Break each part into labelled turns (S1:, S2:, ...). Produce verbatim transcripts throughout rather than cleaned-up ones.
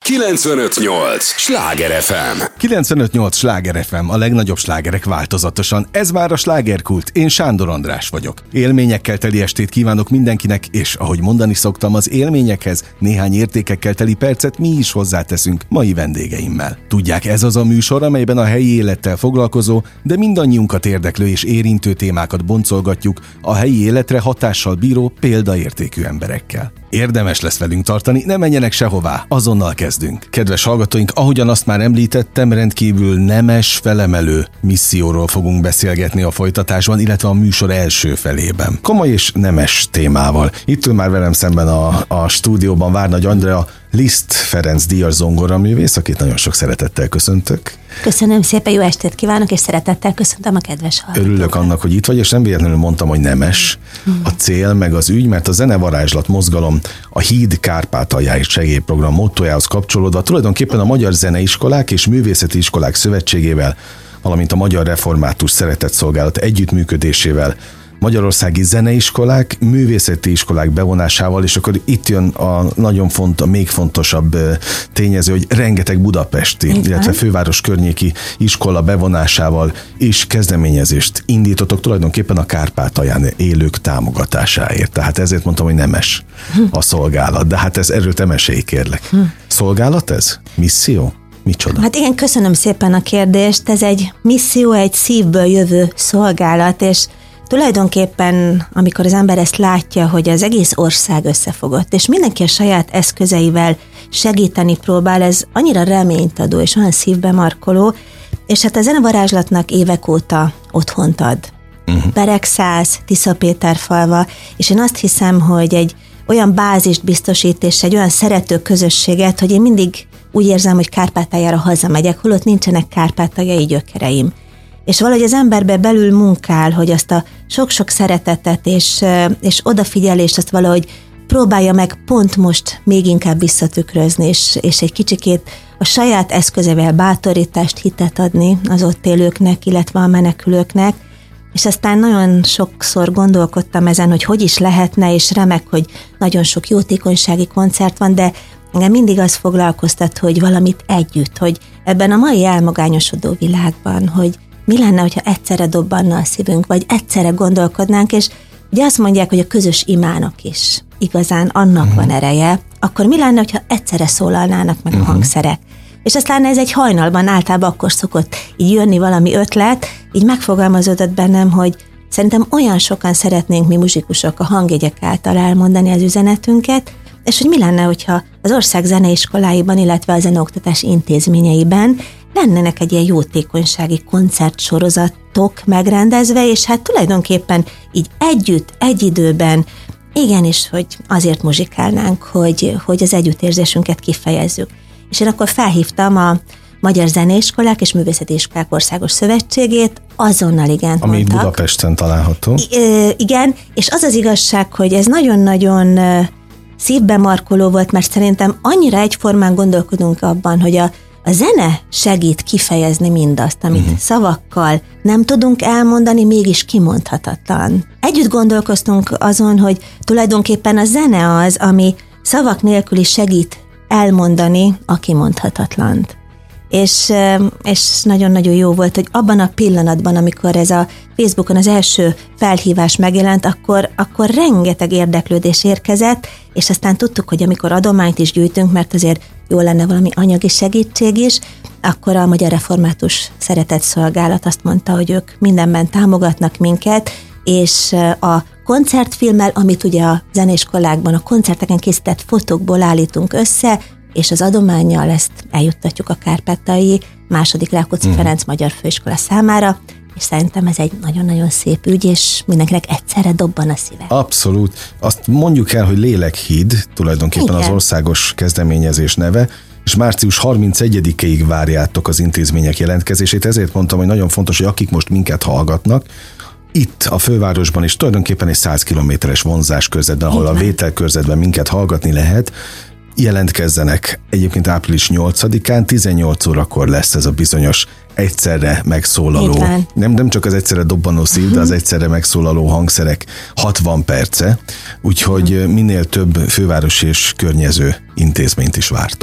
S1: kilencvenöt nyolc Sláger ef em.
S2: kilencvenöt nyolc Sláger ef em, a legnagyobb slágerek változatosan. Ez már a Slágerkult. Én Sándor András vagyok. Élményekkel teli estét kívánok mindenkinek, és ahogy mondani szoktam, az élményekhez néhány értékekkel teli percet mi is hozzáteszünk mai vendégeimmel. Tudják, ez az a műsor, amelyben a helyi élettel foglalkozó, de mindannyiunkat érdeklő és érintő témákat boncolgatjuk a helyi életre hatással bíró példaértékű emberekkel. Érdemes lesz velünk tartani, ne menjenek sehová, azonnal kezdünk. Kedves hallgatóink, ahogyan azt már említettem, rendkívül nemes, felemelő misszióról fogunk beszélgetni a folytatásban, illetve a műsor első felében. Komoly és nemes témával. Itt ül már velem szemben a, a stúdióban Várnagy Andrea, Liszt Ferenc díjas zongoraművész, akit nagyon sok szeretettel köszöntök.
S3: Köszönöm szépen, jó estét kívánok, és szeretettel köszöntöm a kedves hallgatókat.
S2: Örülök annak, hogy itt vagy, és nem véletlenül mondtam, hogy nemes a cél, meg az ügy, mert a Zenevarázslat mozgalom a Híd Kárpátaljáig segélyprogram mottójához kapcsolódva tulajdonképpen a Magyar Zeneiskolák és Művészeti Iskolák Szövetségével, valamint a Magyar Református Szeretetszolgálat együttműködésével, magyarországi zeneiskolák, művészeti iskolák bevonásával, és akkor itt jön a nagyon font, a még fontosabb tényező, hogy rengeteg budapesti, igen, illetve főváros környéki iskola bevonásával is kezdeményezést indítotok tulajdonképpen a Kárpátalján élők támogatásáért. Tehát ezért mondtam, hogy nemes a szolgálat. De hát ez erről te mesélj, kérlek. Szolgálat ez? Misszió? Micsoda?
S3: Hát igen, köszönöm szépen a kérdést. Ez egy misszió, egy szívből jövő szolgálat, és tulajdonképpen, amikor az ember ezt látja, hogy az egész ország összefogott, és mindenki a saját eszközeivel segíteni próbál, ez annyira reményt adó, és olyan szívbe markoló, és hát a Zenevarázslatnak évek óta otthont ad. Uh-huh. Beregszász, Tiszapéterfalva, és én azt hiszem, hogy egy olyan bázist biztosít, és egy olyan szerető közösséget, hogy én mindig úgy érzem, hogy Kárpátaljára hazamegyek, holott nincsenek kárpátaljai gyökereim. És valahogy az emberbe belül munkál, hogy azt a sok-sok szeretetet és, és odafigyelést azt valahogy próbálja meg pont most még inkább visszatükrözni, és, és egy kicsikét a saját eszközével bátorítást, hitet adni az ott élőknek, illetve a menekülőknek. És aztán nagyon sokszor gondolkodtam ezen, hogy hogy is lehetne, és remek, hogy nagyon sok jótékonysági koncert van, de engem mindig az foglalkoztat, hogy valamit együtt, hogy ebben a mai elmagányosodó világban, hogy mi lenne, hogyha egyszerre dobbanna a szívünk, vagy egyszerre gondolkodnánk, és ugye azt mondják, hogy a közös imának is igazán annak uh-huh. van ereje, akkor mi lenne, hogyha egyszerre szólalnának meg uh-huh. a hangszerek. És aztán ez egy hajnalban általában akkor szokott így jönni valami ötlet, így megfogalmazódott bennem, hogy szerintem olyan sokan szeretnénk mi muzsikusok a hangjegyek által elmondani az üzenetünket, és hogy mi lenne, hogyha az ország zeneiskoláiban, illetve a zeneoktatás intézményeiben lennének egy ilyen jótékonysági koncertsorozatok megrendezve, és hát tulajdonképpen így együtt, egy időben, igenis, hogy azért muzsikálnánk, hogy, hogy az együttérzésünket kifejezzük. És én akkor felhívtam a Magyar Zeneiskolák és Művészeti Iskolák Országos Szövetségét, azonnal igent
S2: Ami
S3: mondtak.
S2: Budapesten található.
S3: I- igen, és az az igazság, hogy ez nagyon-nagyon szívbe markoló volt, mert szerintem annyira egyformán gondolkodunk abban, hogy a A zene segít kifejezni mindazt, amit uh-huh. szavakkal nem tudunk elmondani, mégis kimondhatatlan. Együtt gondolkoztunk azon, hogy tulajdonképpen a zene az, ami szavak nélkül is segít elmondani a kimondhatatlant. És, és nagyon-nagyon jó volt, hogy abban a pillanatban, amikor ez a Facebookon az első felhívás megjelent, akkor, akkor rengeteg érdeklődés érkezett, és aztán tudtuk, hogy amikor adományt is gyűjtünk, mert azért jó lenne valami anyagi segítség is, akkor a Magyar Református Szeretetszolgálat azt mondta, hogy ők mindenben támogatnak minket, és a koncertfilmmel, amit ugye a zeneiskolákban, a koncerteken készített fotókból állítunk össze, és az adománnyal ezt eljuttatjuk a kárpátaljai második Rákóczi uh-huh. Ferenc Magyar Főiskola számára, és szerintem ez egy nagyon-nagyon szép ügy, és mindenkinek egyszerre dobban a szíve.
S2: Abszolút. Azt mondjuk el, hogy Lélekhíd tulajdonképpen igen. az országos kezdeményezés neve, és március harmincegyedikéig várjátok az intézmények jelentkezését, ezért mondtam, hogy nagyon fontos, hogy akik most minket hallgatnak, itt a fővárosban is tulajdonképpen egy száz kilométeres vonzás körzetben, ahol a vételkörzetben minket hallgatni lehet, jelentkezzenek. Egyébként április nyolcadikán tizennyolc órakor lesz ez a bizonyos egyszerre megszólaló, nem, nem csak az egyszerre dobbanó szív, de az egyszerre megszólaló hangszerek hatvan perce, úgyhogy minél több főváros és környező intézményt is vártok.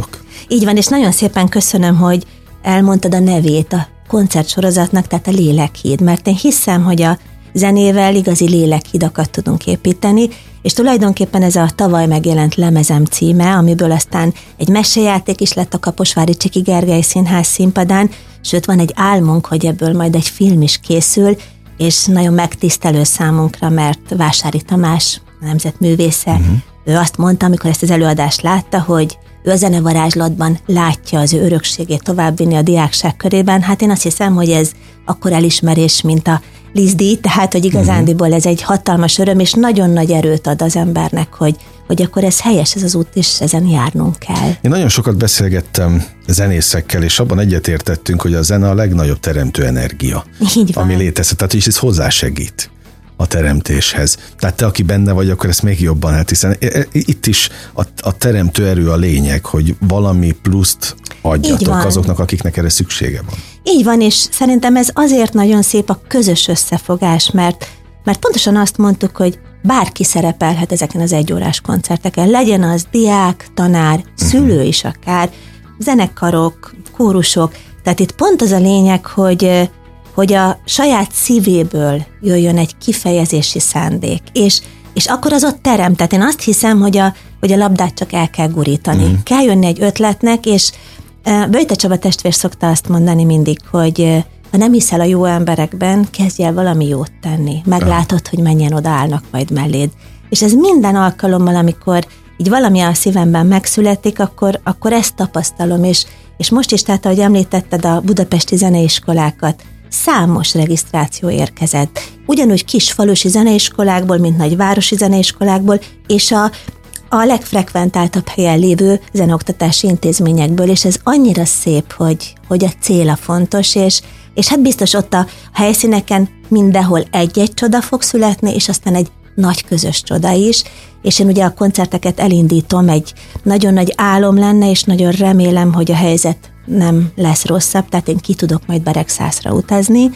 S3: Így van, és nagyon szépen köszönöm, hogy elmondtad a nevét a koncertsorozatnak, tehát a Lélekhíd, mert én hiszem, hogy a zenével igazi lélekhidakat tudunk építeni, és tulajdonképpen ez a tavaly megjelent lemezem címe, amiből aztán egy mesejáték is lett a Kaposvári Csiki Gergely Színház színpadán, sőt van egy álmunk, hogy ebből majd egy film is készül, és nagyon megtisztelő számunkra, mert Vásári Tamás, a nemzetművésze, uh-huh. ő azt mondta, amikor ezt az előadást látta, hogy ő a zenevarázslatban látja az ő örökségét továbbvinni a diákság körében. Hát én azt hiszem, hogy ez akkor elismerés, mint a Lizdíj, tehát, hogy igazándiból ez egy hatalmas öröm, és nagyon nagy erőt ad az embernek, hogy, hogy akkor ez helyes, ez az út, és ezen járnunk kell.
S2: Én nagyon sokat beszélgettem zenészekkel, és abban egyetértettünk, hogy a zene a legnagyobb teremtő energia, ami létezhet, tehát is ez hozzásegít a teremtéshez. Tehát te, aki benne vagy, akkor ezt még jobban hát, hiszen itt is a, a teremtő erő a lényeg, hogy valami pluszt adjatok azoknak, akiknek erre szüksége van.
S3: Így van, és szerintem ez azért nagyon szép a közös összefogás, mert, mert pontosan azt mondtuk, hogy bárki szerepelhet ezeken az egyórás koncerteken, legyen az diák, tanár, szülő is akár, zenekarok, kórusok, tehát itt pont az a lényeg, hogy hogy a saját szívéből jöjjön egy kifejezési szándék, és, és akkor az ott terem. Tehát én azt hiszem, hogy a, hogy a labdát csak el kell gurítani. Mm. Kell jönni egy ötletnek, és Böjte Csaba testvér szokta azt mondani mindig, hogy ha nem hiszel a jó emberekben, kezdj el valami jót tenni. Meglátod, hogy mennyien odaállnak majd melléd. És ez minden alkalommal, amikor így valami a szívemben megszületik, akkor, akkor ezt tapasztalom, és, és most is, tehát ahogy említetted a budapesti zeneiskolákat, számos regisztráció érkezett. Ugyanúgy kis falusi zeneiskolákból, mint nagy városi zeneiskolákból, és a, a legfrekventáltabb helyen lévő zeneoktatási intézményekből, és ez annyira szép, hogy, hogy a cél a fontos, és, és hát biztos ott a helyszíneken mindenhol egy-egy csoda fog születni, és aztán egy nagy közös csoda is, és én ugye a koncerteket elindítom, egy nagyon nagy álom lenne, és nagyon remélem, hogy a helyzet nem lesz rosszabb, tehát én ki tudok majd Beregszászra utazni.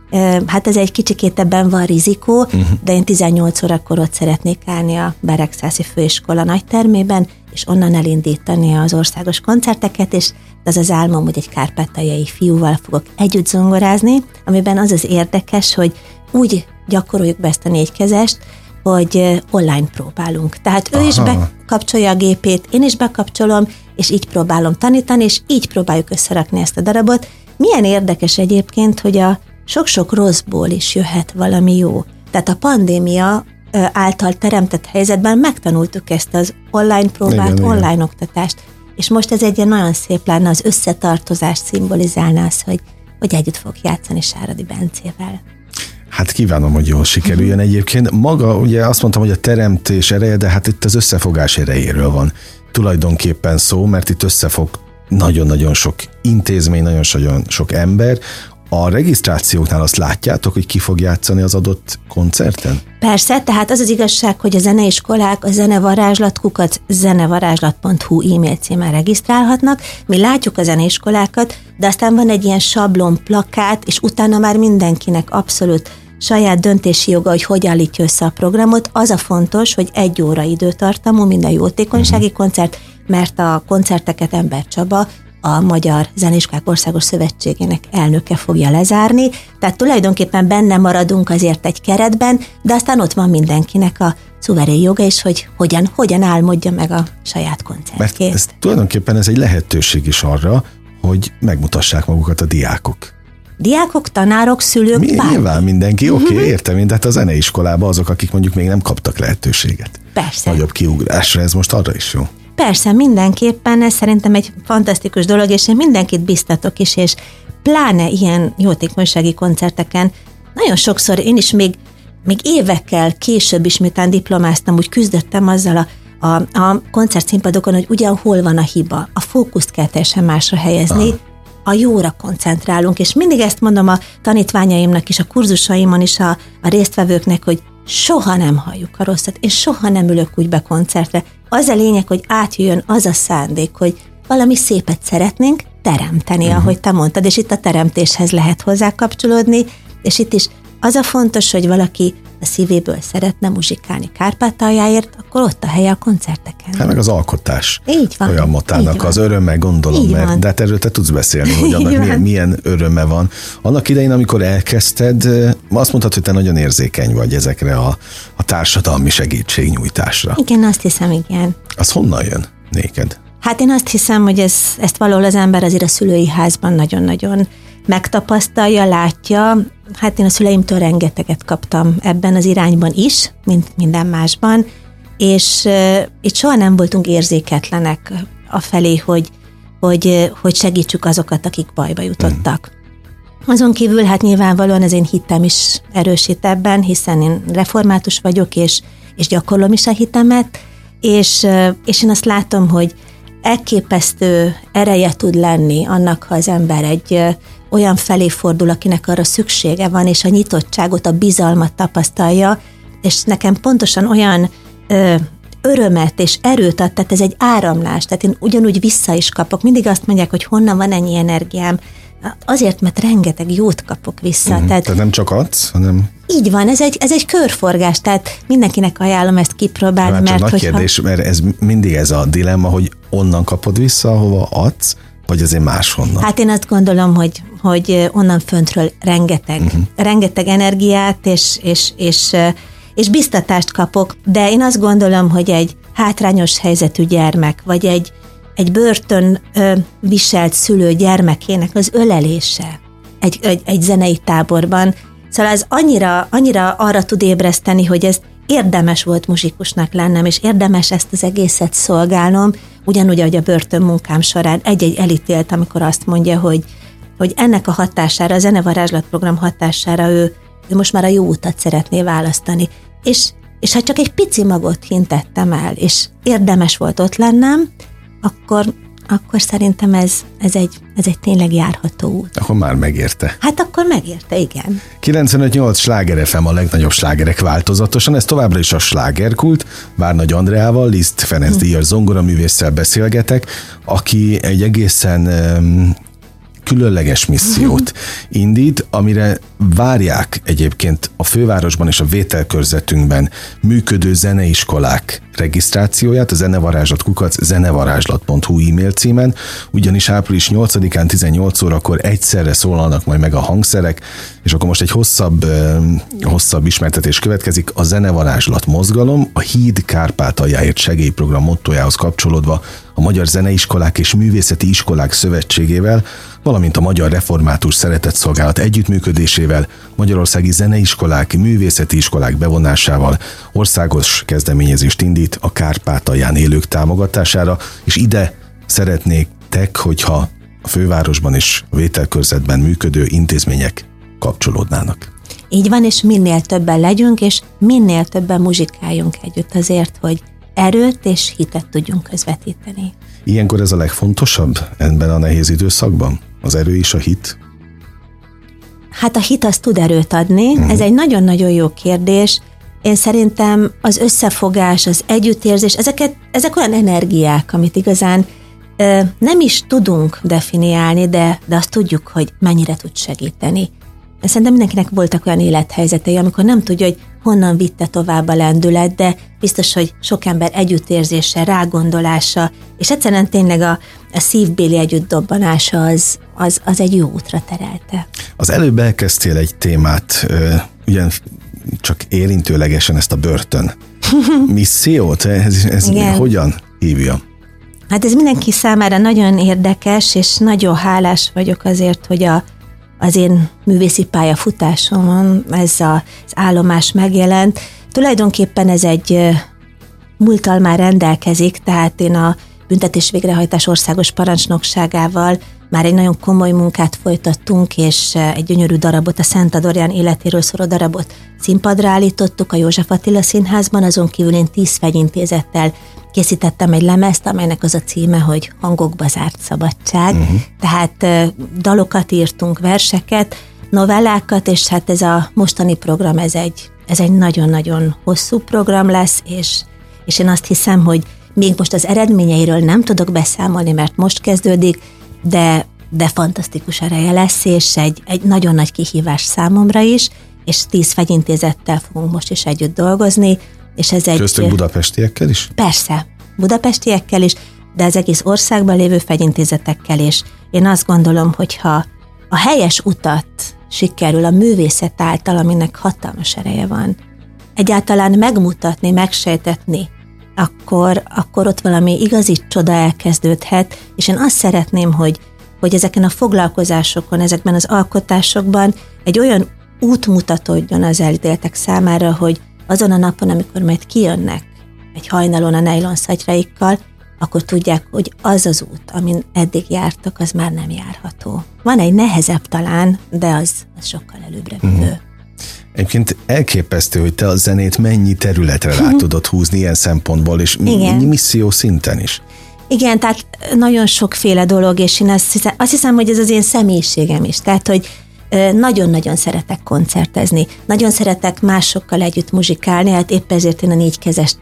S3: Hát ez egy kicsikét ebben van rizikó, uh-huh. de én tizennyolc órakor ott szeretnék állni a Beregszászi Főiskola nagytermében, és onnan elindítani az országos koncerteket, és az az álmom, hogy egy kárpátaljai fiúval fogok együtt zongorázni, amiben az az érdekes, hogy úgy gyakoroljuk be ezt a négykezest, hogy online próbálunk. Tehát ő Aha. is bekapcsolja a gépét, én is bekapcsolom, és így próbálom tanítani, és így próbáljuk összerakni ezt a darabot. Milyen érdekes egyébként, hogy a sok-sok rosszból is jöhet valami jó. Tehát a pandémia által teremtett helyzetben megtanultuk ezt az online próbát, igen, online igen. oktatást, és most ez egy ilyen nagyon szép lenne, az összetartozást szimbolizálná az, hogy, hogy együtt fog játszani Sáradi Bencével.
S2: Hát kívánom, hogy jól sikerüljön egyébként. Maga, ugye azt mondtam, hogy a teremtés ereje, de hát itt az összefogás erejéről van tulajdonképpen szó, mert itt összefog nagyon-nagyon sok intézmény, nagyon sok ember. A regisztrációknál azt látjátok, hogy ki fog játszani az adott koncerten?
S3: Persze, tehát az az igazság, hogy a zeneiskolák a zenevarázslat kukac zenevarázslat pont hu e-mail címen regisztrálhatnak. Mi látjuk a zeneiskolákat, de aztán van egy ilyen sablon plakát, és utána már mindenkinek abszolút saját döntési joga, hogy hogy állítja össze a programot. Az a fontos, hogy egy óra időtartamú minden jótékonysági uh-huh. koncert, mert a koncerteket Ember Csaba, a Magyar Zeneiskolák Országos Szövetségének elnöke fogja lezárni, tehát tulajdonképpen benne maradunk azért egy keretben, de aztán ott van mindenkinek a szuverén joga is, hogy hogyan, hogyan álmodja meg a saját koncertjét.
S2: Mert ez, tulajdonképpen ez egy lehetőség is arra, hogy megmutassák magukat a diákok.
S3: Diákok, tanárok, szülők,
S2: Mi, Nyilván mindenki, oké, okay, értem, de hát a zeneiskolában azok, akik mondjuk még nem kaptak lehetőséget.
S3: Persze.
S2: Nagyobb kiugrásra, ez most arra is jó.
S3: Persze, mindenképpen, ez szerintem egy fantasztikus dolog, és én mindenkit biztatok is, és pláne ilyen jótékonysági koncerteken, nagyon sokszor én is még, még évekkel később is, miután diplomáztam, úgy küzdöttem azzal a, a, a koncertszínpadokon, hogy ugyan hol van a hiba, a fókuszt kell teljesen másra helyezni, ah. a jóra koncentrálunk, és mindig ezt mondom a tanítványaimnak is, a kurzusaimon is, a, a résztvevőknek, hogy soha nem halljuk a rosszat, és soha nem ülök úgy be koncertre. Az a lényeg, hogy átjöjjön az a szándék, hogy valami szépet szeretnénk teremteni, uh-huh. ahogy te mondtad, és itt a teremtéshez lehet hozzá kapcsolódni, és itt is az a fontos, hogy valaki a szívéből szeretne muzsikálni Kárpátaljáért, akkor ott a helye a koncerteken.
S2: Hát meg az alkotás.
S3: Így van.
S2: Olyan matának az örömmel gondolom,
S3: így
S2: mert
S3: van.
S2: de hát erről te tudsz beszélni, hogy annak milyen, milyen öröme van. Annak idején, amikor elkezdted, azt mondtad, hogy te nagyon érzékeny vagy ezekre a, a társadalmi segítségnyújtásra.
S3: Igen, azt hiszem, igen.
S2: Az honnan jön néked?
S3: Hát én azt hiszem, hogy ez, ezt valahol az ember azért a szülői házban nagyon-nagyon megtapasztalja, látja. Hát én a szüleimtől rengeteget kaptam ebben az irányban is, mint minden másban, és uh, itt soha nem voltunk érzéketlenek afelé, hogy, hogy, hogy segítsük azokat, akik bajba jutottak. Hmm. Azon kívül hát nyilvánvalóan az én hittem is erősít ebben, hiszen én református vagyok, és, és gyakorlom is a hitemet, és, uh, és én azt látom, hogy elképesztő ereje tud lenni annak, ha az ember egy uh, olyan felé fordul, akinek arra szüksége van, és a nyitottságot, a bizalmat tapasztalja, és nekem pontosan olyan ö, örömet és erőt ad, tehát ez egy áramlás, tehát én ugyanúgy vissza is kapok. Mindig azt mondják, hogy honnan van ennyi energiám. Azért, mert rengeteg jót kapok vissza.
S2: Mm,
S3: tehát,
S2: tehát nem csak adsz, hanem...
S3: Így van, ez egy, ez egy körforgás, tehát mindenkinek ajánlom ezt kipróbálni.
S2: Hát,
S3: mert
S2: nagy
S3: hogyha...
S2: kérdés, mert ez mindig ez a dilemma, hogy onnan kapod vissza, ahova adsz, vagy azért máshonnan?
S3: Hát én azt gondolom, hogy, hogy onnan föntről rengeteg, uh-huh. rengeteg energiát és, és, és, és biztatást kapok, de én azt gondolom, hogy egy hátrányos helyzetű gyermek, vagy egy, egy börtön ö, viselt szülő gyermekének az ölelése egy, egy, egy zenei táborban, szóval az annyira, annyira arra tud ébreszteni, hogy ez érdemes volt muzsikusnak lennem, és érdemes ezt az egészet szolgálnom, ugyanúgy, ahogy a börtönmunkám során egy-egy elítélt, amikor azt mondja, hogy, hogy ennek a hatására, a zenevarázslatprogram hatására ő, ő most már a jó utat szeretné választani. És, és ha csak egy pici magot hintettem el, és érdemes volt ott lennem, akkor, akkor szerintem ez, ez, egy, ez egy tényleg járható út.
S2: Akkor már megérte.
S3: Hát akkor megérte, igen.
S2: kilencvenöt nyolc Sláger ef em, a legnagyobb slágerek változatosan, ez továbbra is a Slágerkult. Várnagy Andreával, Liszt Ferenc díjas zongoraművésszel beszélgetek, aki egy egészen um, különleges missziót indít, amire várják egyébként a fővárosban és a vételkörzetünkben működő zeneiskolák regisztrációját, a zenevarázslat kukac zenevarázslat pont hu e-mail címen, ugyanis április nyolcadikán tizennyolc órakor egyszerre szólalnak majd meg a hangszerek, és akkor most egy hosszabb, hosszabb ismertetés következik. A Zenevarázslat Mozgalom a Híd Kárpátaljáért segélyprogram mottójához kapcsolódva a Magyar Zeneiskolák és Művészeti Iskolák Szövetségével, valamint a Magyar Református Szeretetszolgálat együttműködésével, magyarországi zeneiskolák, művészeti iskolák bevonásával országos kezdeményezést indít a Kárpátalján élők támogatására, és ide szeretnétek, hogyha a fővárosban és a vételkörzetben működő intézmények kapcsolódnának.
S3: Így van, és minél többen legyünk, és minél többen muzsikáljunk együtt azért, hogy erőt és hitet tudjunk közvetíteni.
S2: Ilyenkor ez a legfontosabb ebben a nehéz időszakban? Az erő és a hit?
S3: Hát a hit az tud erőt adni, uh-huh. Ez egy nagyon-nagyon jó kérdés. Én szerintem az összefogás, az együttérzés, ezeket, ezek olyan energiák, amit igazán ö, nem is tudunk definiálni, de, de azt tudjuk, hogy mennyire tud segíteni. Szerintem mindenkinek voltak olyan élethelyzetei, amikor nem tudja, hogy honnan vitte tovább a lendület, de biztos, hogy sok ember együttérzése, rágondolása, és egyszerűen tényleg a, a szívbéli együttdobbanása az, az, az egy jó útra terelte.
S2: Az előbb elkezdtél egy témát, ugyan csak érintőlegesen ezt a börtön missziót, ez, ez hogyan hívja?
S3: Hát ez mindenki számára nagyon érdekes, és nagyon hálás vagyok azért, hogy a az én művészi pályafutásomon ez az állomás megjelent. Tulajdonképpen ez egy múlttal már rendelkezik, tehát én a büntetés végrehajtás országos parancsnokságával már egy nagyon komoly munkát folytattunk, és egy gyönyörű darabot, a Szent Adorján életéről szóló darabot színpadra állítottuk a József Attila Színházban, azon kívül én tíz fegyintézettel készítettem egy lemezt, amelynek az a címe, hogy Hangokba zárt szabadság. Uh-huh. Tehát dalokat írtunk, verseket, novellákat, és hát ez a mostani program, ez egy, ez egy nagyon-nagyon hosszú program lesz, és, és én azt hiszem, hogy még most az eredményeiről nem tudok beszámolni, mert most kezdődik, de, de fantasztikus ereje lesz, és egy, egy nagyon nagy kihívás számomra is, és tíz fegyintézettel fogunk most is együtt dolgozni, és ez egy...
S2: Köztük budapestiekkel is?
S3: Persze, budapestiekkel is, de az egész országban lévő fegyintézetekkel is. Én azt gondolom, hogyha a helyes utat sikerül a művészet által, aminek hatalmas ereje van, egyáltalán megmutatni, megsejtetni, akkor, akkor ott valami igazi csoda elkezdődhet, és én azt szeretném, hogy, hogy ezeken a foglalkozásokon, ezekben az alkotásokban egy olyan út mutatódjon az elítéltek számára, hogy azon a napon, amikor majd kijönnek egy hajnalon a nejlon szatyraikkal, akkor tudják, hogy az az út, amin eddig jártak, az már nem járható. Van egy nehezebb talán, de az, az sokkal előbbre vívő. Mm.
S2: Egyébként elképesztő, hogy te a zenét mennyi területre rá tudod húzni ilyen szempontból, és mennyi misszió szinten is.
S3: Igen, tehát nagyon sokféle dolog, és én azt hiszem, azt hiszem, hogy ez az én személyiségem is. Tehát, hogy nagyon-nagyon szeretek koncertezni, nagyon szeretek másokkal együtt muzsikálni, hát épp ezért én a négykezest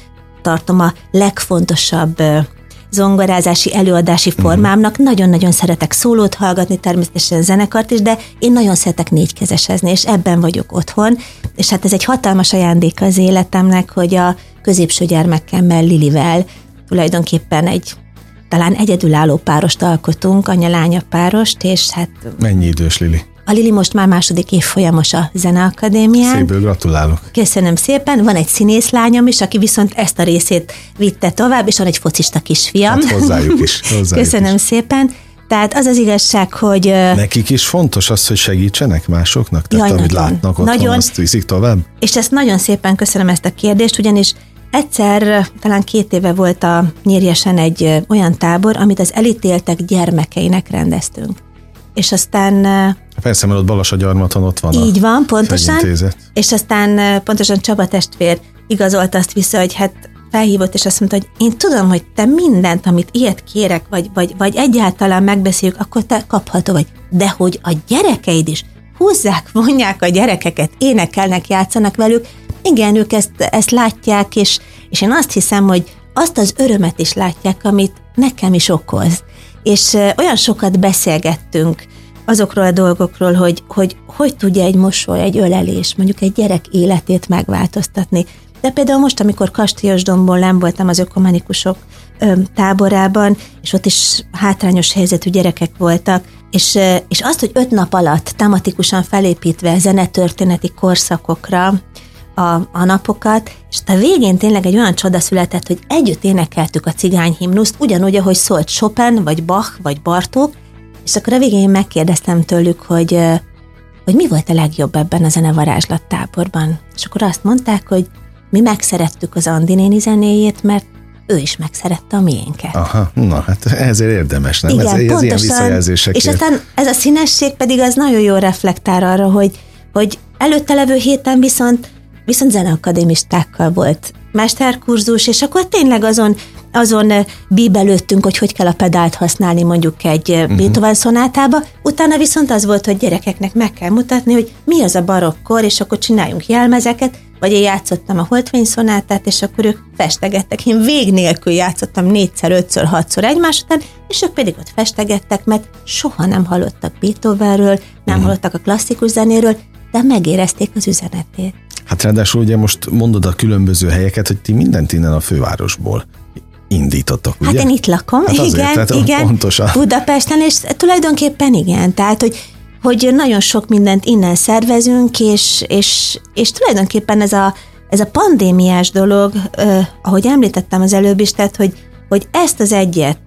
S3: tartom a legfontosabb zongorázási, előadási formámnak. Uh-huh. Nagyon-nagyon szeretek szólót hallgatni, természetesen zenekart is, de én nagyon szeretek négykezesezni, és ebben vagyok otthon, és hát ez egy hatalmas ajándék az életemnek, hogy a középső gyermekemmel, Lilivel tulajdonképpen egy talán egyedülálló párost alkotunk, anya-lánya párost, és hát...
S2: Mennyi idős Lili?
S3: A Lili most már második évfolyamos a Zeneakadémián.
S2: Szépből gratulálok.
S3: Köszönöm szépen. Van egy színészlányom is, aki viszont ezt a részét vitte tovább, és van egy focista kisfiam.
S2: Hát hozzájuk is. Hozzájuk
S3: Köszönöm
S2: is.
S3: szépen. Tehát az az igazság, hogy...
S2: Nekik is fontos az, hogy segítsenek másoknak? Tehát
S3: jaj,
S2: amit
S3: nagyon,
S2: látnak otthon,
S3: nagyon,
S2: azt viszik tovább?
S3: És ezt nagyon szépen köszönöm ezt a kérdést, ugyanis egyszer, talán két éve volt a Nyírjesen egy olyan tábor, amit az elítéltek gyermekeinek rendeztünk. És aztán...
S2: Persze, mert ott Balassagyarmaton ott van.
S3: Így van, pontosan. És aztán pontosan Csaba testvér igazolta azt vissza, hogy hát felhívott, és azt mondta, hogy én tudom, hogy te mindent, amit ilyet kérek, vagy, vagy, vagy egyáltalán megbeszéljük, akkor te kapható vagy. De hogy a gyerekeid is húzzák, vonják a gyerekeket, énekelnek, játszanak velük, igen, ők ezt, ezt látják, és, és én azt hiszem, hogy azt az örömet is látják, amit nekem is okoz. És olyan sokat beszélgettünk azokról a dolgokról, hogy hogy, hogy tudja egy mosoly, egy ölelés, mondjuk egy gyerek életét megváltoztatni. De például most, amikor Kastélyosdombon nem voltam az ökumenikusok ö, táborában, és ott is hátrányos helyzetű gyerekek voltak, és, ö, és azt, hogy öt nap alatt tematikusan felépítve zenetörténeti korszakokra a, a napokat, és a végén tényleg egy olyan csoda született, hogy együtt énekeltük a cigányhimnuszt, ugyanúgy, ahogy szólt Chopin, vagy Bach, vagy Bartók, és akkor a végén én megkérdeztem tőlük, hogy, hogy mi volt a legjobb ebben a zenevarázslat táborban. És akkor azt mondták, hogy mi megszerettük az Andi néni zenéjét, mert ő is megszerette a miénket.
S2: Aha, na hát ezért érdemes, nem?
S3: Igen,
S2: ez,
S3: pontosan,
S2: ez ilyen visszajelzésekért.
S3: És aztán ez a színesség pedig az nagyon jól reflektál arra, hogy, hogy előtte levő héten viszont, viszont zeneakadémistákkal volt mesterkurzus, és akkor tényleg azon, azon bíbelődtünk, hogy hogy kell a pedált használni mondjuk egy uh-huh. Beethoven szonátába, utána viszont az volt, hogy gyerekeknek meg kell mutatni, hogy mi az a barokkor, és akkor csináljunk jelmezeket, vagy én játszottam a Holdfény szonátát, és akkor ők festegettek. Én vég nélkül játszottam négyszer, ötször, hatszor egymás után, és ők pedig ott festegettek, mert soha nem hallottak Beethovenről, nem uh-huh. hallottak a klasszikus zenéről, de megérezték az üzenetét.
S2: Hát ráadásul ugye most mondod a különböző helyeket, hogy ti mindent innen a fővárosból indítottak, ugye?
S3: Hát én itt lakom, hát azért, igen, igen, pontosan. Budapesten, és tulajdonképpen igen, tehát, hogy, hogy nagyon sok mindent innen szervezünk, és, és, és tulajdonképpen ez a, ez a pandémiás dolog, eh, ahogy említettem az előbb is, tehát, hogy, hogy ezt az egyet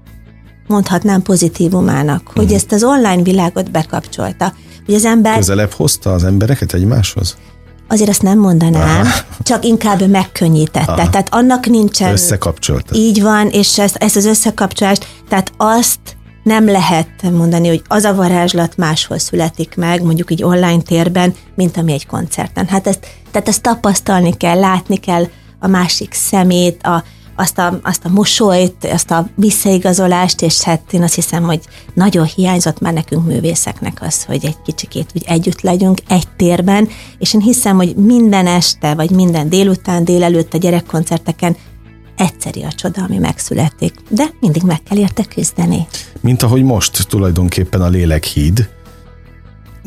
S3: mondhatnám pozitívumának, hogy uh-huh. ezt az online világot bekapcsolta. Hogy az ember...
S2: Közelebb hozta az embereket egymáshoz?
S3: Azért azt nem mondanám, aha. csak inkább megkönnyítette. Aha. Tehát annak nincsen...
S2: Összekapcsolta.
S3: Így van, és ezt, ezt az összekapcsolást, tehát azt nem lehet mondani, hogy az a varázslat máshol születik meg, mondjuk így online térben, mint ami egy koncerten. Hát ezt, tehát ezt tapasztalni kell, látni kell a másik szemét, a, azt, a, azt a mosolyt, azt a visszaigazolást, és hát én azt hiszem, hogy nagyon hiányzott már nekünk művészeknek az, hogy egy kicsikét úgy együtt legyünk egy térben, és én hiszem, hogy minden este, vagy minden délután, délelőtt a gyerekkoncerteken egyszeri a csoda, ami megszületik, de mindig meg kell érte küzdeni.
S2: Mint ahogy most tulajdonképpen a Lélekhíd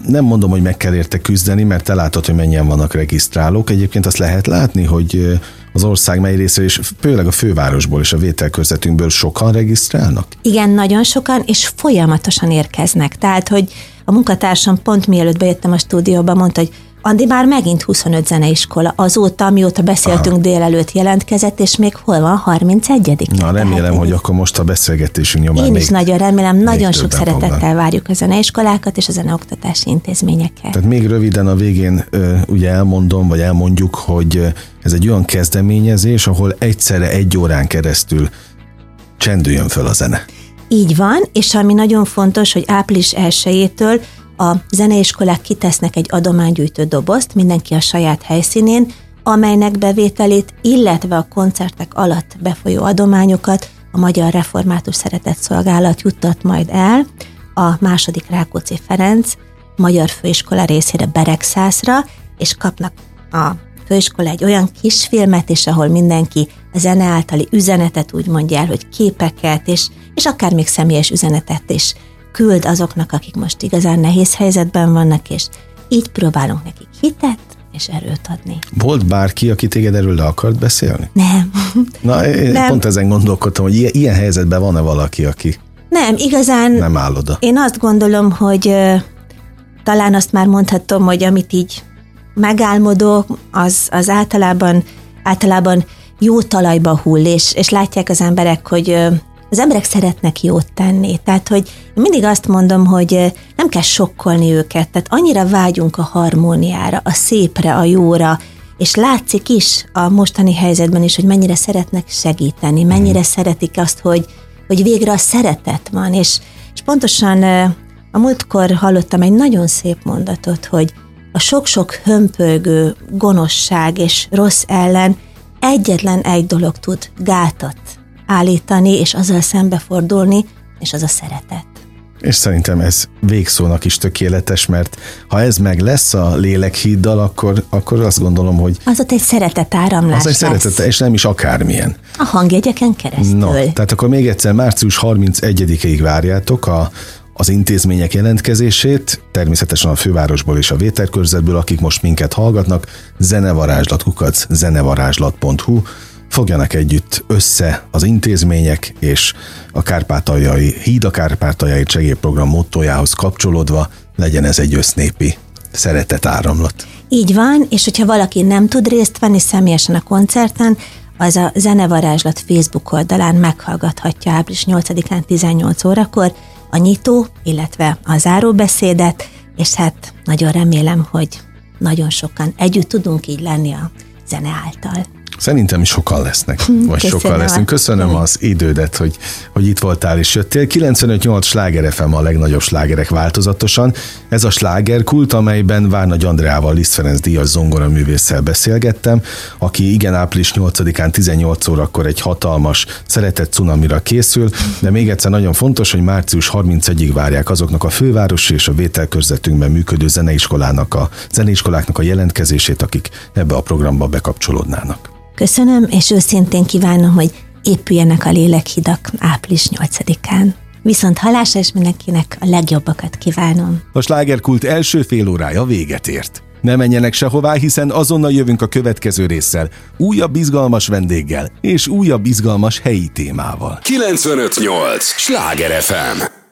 S2: nem mondom, hogy meg kell érte küzdeni, mert te látod, hogy mennyien vannak regisztrálók. Egyébként azt lehet látni, hogy az ország mely része, és főleg a fővárosból és a vételkörzetünkből sokan regisztrálnak?
S3: Igen, nagyon sokan, és folyamatosan érkeznek. Tehát, hogy a munkatársam pont mielőtt bejöttem a stúdióba, mondta, hogy Andi, már megint huszonöt zeneiskola azóta, amióta beszéltünk Aha. délelőtt jelentkezett, és még hol van harmincegyedik
S2: Na, remélem, Tehát, hogy akkor most a beszélgetésünk nyomán
S3: Én
S2: még,
S3: is nagyon remélem, nagyon sok szeretettel fognak. Várjuk a zeneiskolákat és a zeneoktatási intézményeket.
S2: Tehát még röviden a végén ugye elmondom, vagy elmondjuk, hogy ez egy olyan kezdeményezés, ahol egyszerre egy órán keresztül csendüljön föl a zene.
S3: Így van, és ami nagyon fontos, hogy április elsejétől a zeneiskolák kitesznek egy adománygyűjtő dobozt, mindenki a saját helyszínén, amelynek bevételét, illetve a koncertek alatt befolyó adományokat a Magyar Református Szeretetszolgálat juttat majd el a második Rákóczi Ferenc Magyar Főiskola részére Beregszászra, és kapnak a főiskola egy olyan kisfilmet is, ahol mindenki a zene általi üzenetet úgy mondja el, hogy képeket, és, és akár még személyes üzenetet is küld azoknak, akik most igazán nehéz helyzetben vannak, és így próbálunk nekik hitet és erőt adni.
S2: Volt bárki, aki téged erről le akart beszélni?
S3: Nem.
S2: Na, én nem. Pont ezen gondolkodtam, hogy ilyen, ilyen helyzetben van-e valaki, aki
S3: nem, igazán
S2: nem áll oda.
S3: Én azt gondolom, hogy uh, talán azt már mondhatom, hogy amit így megálmodok, az, az általában, általában jó talajba hull, és, és látják az emberek, hogy uh, az emberek szeretnek jót tenni. Tehát, hogy mindig azt mondom, hogy nem kell sokkolni őket, tehát annyira vágyunk a harmóniára, a szépre, a jóra, és látszik is a mostani helyzetben is, hogy mennyire szeretnek segíteni, mennyire mm. szeretik azt, hogy, hogy végre a szeretet van, és, és pontosan a múltkor hallottam egy nagyon szép mondatot, hogy a sok-sok hömpölygő gonoszság és rossz ellen egyetlen egy dolog tud gátat állítani, és azzal szembefordulni, és az a szeretet.
S2: És szerintem ez végszónak is tökéletes, mert ha ez meg lesz a lélekhíddal, akkor, akkor azt gondolom, hogy
S3: az ott egy szeretet áramlás
S2: az egy szeretet, és nem is akármilyen.
S3: A hangjegyeken keresztül.
S2: No, tehát akkor még egyszer március harmincegyedikéig várjátok a az intézmények jelentkezését, természetesen a fővárosból és a vételkörzetből, akik most minket hallgatnak, zenevarázslat kukac zenevarázslat pont hu, fogjanak együtt össze az intézmények, és a kárpátaljai, Híd a Kárpátaljai segélyprogram mottójához kapcsolódva legyen ez egy össznépi szeretetáramlat.
S3: Így van, és hogyha valaki nem tud részt venni személyesen a koncerten, az a Zenevarázslat Facebook oldalán meghallgathatja április nyolcadikán tizennyolc órakor a nyitó, illetve a záróbeszédet, és hát nagyon remélem, hogy nagyon sokan együtt tudunk így lenni a zene által.
S2: Szerintem is sokan lesznek, vagy
S3: Köszönöm
S2: sokan leszünk. Köszönöm az idődet, hogy, hogy itt voltál és jöttél. kilencvenöt nyolc Sláger ef em a legnagyobb slágerek változatosan. Ez a slágerkult, amelyben Várnagy Andreával, Liszt Ferenc díjas zongoraművésszel beszélgettem, aki igen április nyolcadikán tizennyolc órakor egy hatalmas szeretett cunamira készül, de még egyszer nagyon fontos, hogy március harmincegyedikéig várják azoknak a fővárosi és a vételkörzetünkben működő zeneiskolának a, zeneiskoláknak a jelentkezését, akik ebbe a programba bekapcsolódnának.
S3: Köszönöm, és őszintén kívánom, hogy épüljenek a lélekhidak április nyolcadikán. Viszont hallásra, és mindenkinek a legjobbakat kívánom.
S2: A slágerkult első fél órája véget ért. Ne menjenek sehová, hiszen azonnal jövünk a következő résszel, újabb izgalmas vendéggel és újabb izgalmas helyi témával.
S1: kilencvenöt nyolc Sláger ef em